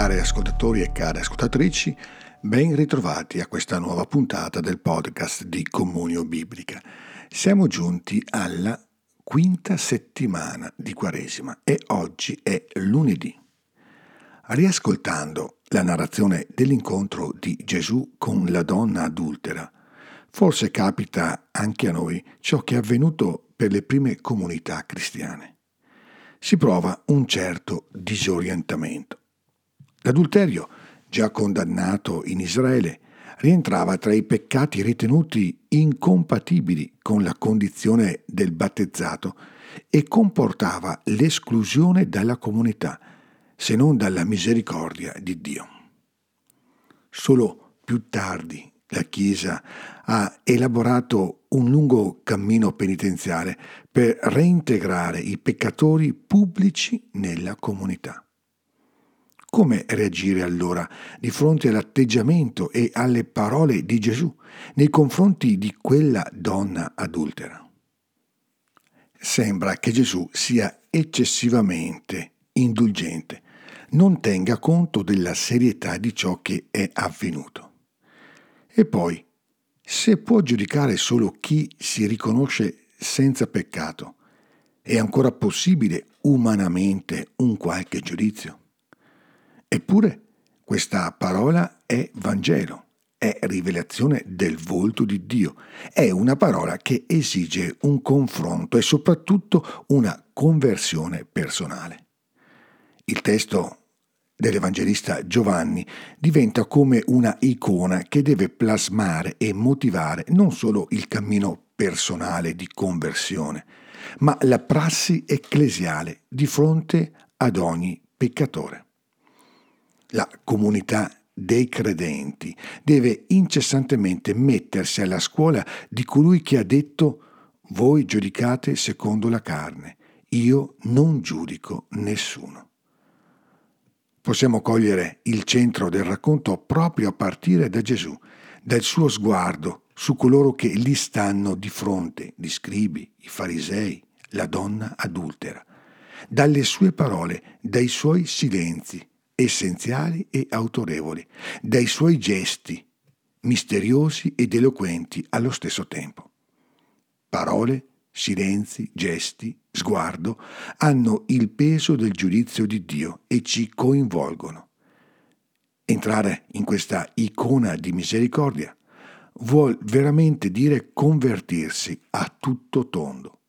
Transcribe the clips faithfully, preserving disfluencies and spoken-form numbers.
Cari ascoltatori e care ascoltatrici, ben ritrovati a questa nuova puntata del podcast di Comunio Biblica. Siamo giunti alla quinta settimana di Quaresima e oggi è lunedì. Riascoltando la narrazione dell'incontro di Gesù con la donna adultera, forse capita anche a noi ciò che è avvenuto per le prime comunità cristiane. Si prova un certo disorientamento. L'adulterio, già condannato in Israele, rientrava tra i peccati ritenuti incompatibili con la condizione del battezzato e comportava l'esclusione dalla comunità, se non dalla misericordia di Dio. Solo più tardi la Chiesa ha elaborato un lungo cammino penitenziale per reintegrare i peccatori pubblici nella comunità. Come reagire allora di fronte all'atteggiamento e alle parole di Gesù nei confronti di quella donna adultera? Sembra che Gesù sia eccessivamente indulgente, non tenga conto della serietà di ciò che è avvenuto. E poi, se può giudicare solo chi si riconosce senza peccato, è ancora possibile umanamente un qualche giudizio? Eppure questa parola è Vangelo, è rivelazione del volto di Dio, è una parola che esige un confronto e soprattutto una conversione personale. Il testo dell'Evangelista Giovanni diventa come una icona che deve plasmare e motivare non solo il cammino personale di conversione, ma la prassi ecclesiale di fronte ad ogni peccatore. La comunità dei credenti deve incessantemente mettersi alla scuola di colui che ha detto: voi giudicate secondo la carne, io non giudico nessuno. Possiamo cogliere il centro del racconto proprio a partire da Gesù, dal suo sguardo su coloro che gli stanno di fronte, gli scribi, i farisei, la donna adultera, dalle sue parole, dai suoi silenzi, essenziali e autorevoli, dai suoi gesti, misteriosi ed eloquenti allo stesso tempo. Parole, silenzi, gesti, sguardo hanno il peso del giudizio di Dio e ci coinvolgono. Entrare in questa icona di misericordia vuol veramente dire convertirsi a tutto tondo.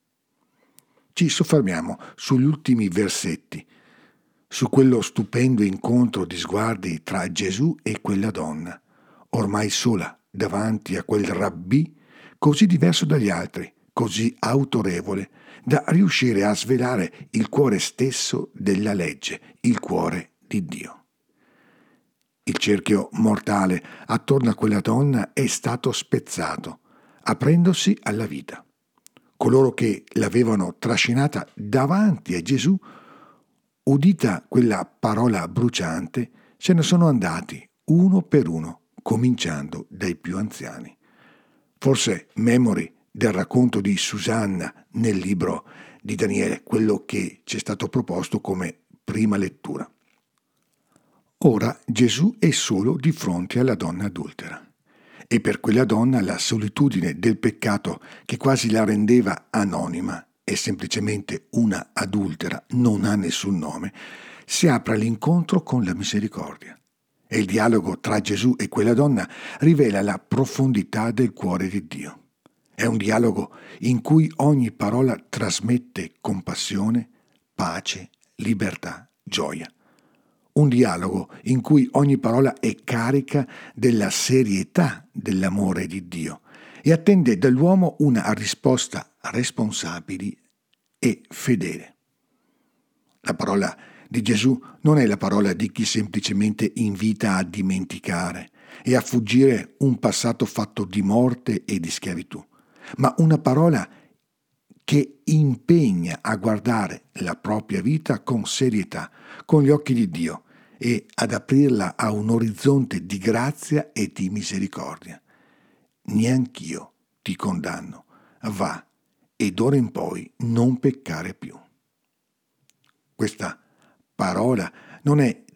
Ci soffermiamo sugli ultimi versetti, su quello stupendo incontro di sguardi tra Gesù e quella donna, ormai sola davanti a quel rabbì così diverso dagli altri, così autorevole, da riuscire a svelare il cuore stesso della legge, il cuore di Dio. Il cerchio mortale attorno a quella donna è stato spezzato, aprendosi alla vita. Coloro che l'avevano trascinata davanti a Gesù, udita quella parola bruciante, se ne sono andati uno per uno, cominciando dai più anziani. Forse memori del racconto di Susanna nel libro di Daniele, quello che ci è stato proposto come prima lettura. Ora Gesù è solo di fronte alla donna adultera. E per quella donna la solitudine del peccato che quasi la rendeva anonima, è semplicemente una adultera, non ha nessun nome, si apre all'incontro con la misericordia. E il dialogo tra Gesù e quella donna rivela la profondità del cuore di Dio. È un dialogo in cui ogni parola trasmette compassione, pace, libertà, gioia. Un dialogo in cui ogni parola è carica della serietà dell'amore di Dio e attende dall'uomo una risposta responsabile e fedele. La parola di Gesù non è la parola di chi semplicemente invita a dimenticare e a fuggire un passato fatto di morte e di schiavitù, ma una parola che impegna a guardare la propria vita con serietà, con gli occhi di Dio e ad aprirla a un orizzonte di grazia e di misericordia. Neanch'io ti condanno, va e d'ora in poi non peccare più. Questa parola non è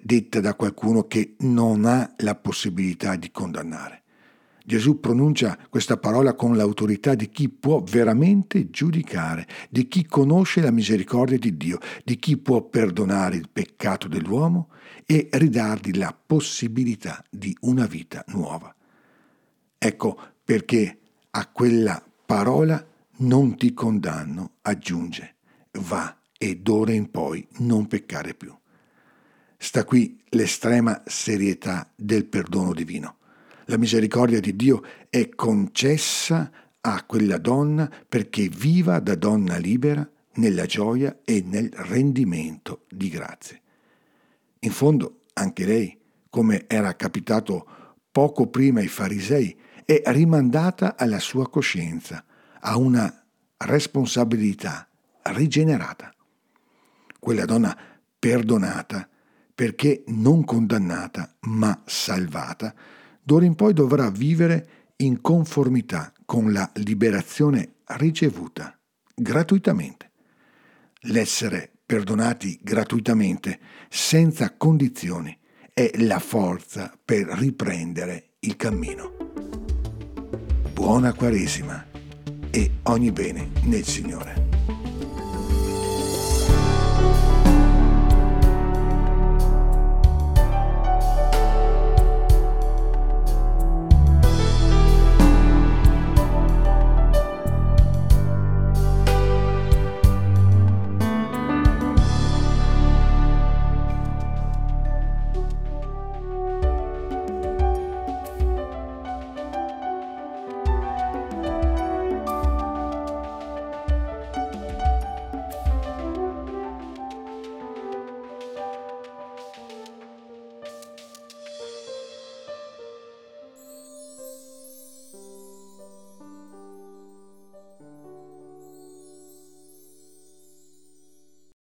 detta da qualcuno che non ha la possibilità di condannare. Gesù pronuncia questa parola con l'autorità di chi può veramente giudicare, di chi conosce la misericordia di Dio, di chi può perdonare il peccato dell'uomo e ridargli la possibilità di una vita nuova. Ecco perché a quella parola non ti condanno aggiunge: va e d'ora in poi non peccare più. Sta qui l'estrema serietà del perdono divino. La misericordia di Dio è concessa a quella donna perché viva da donna libera nella gioia e nel rendimento di grazie. In fondo, anche lei, come era capitato poco prima ai farisei, è rimandata alla sua coscienza, a una responsabilità rigenerata. Quella donna perdonata, perché non condannata, ma salvata, d'ora in poi dovrà vivere in conformità con la liberazione ricevuta gratuitamente. L'essere perdonati gratuitamente, senza condizioni, è la forza per riprendere il cammino. Buona Quaresima e ogni bene nel Signore.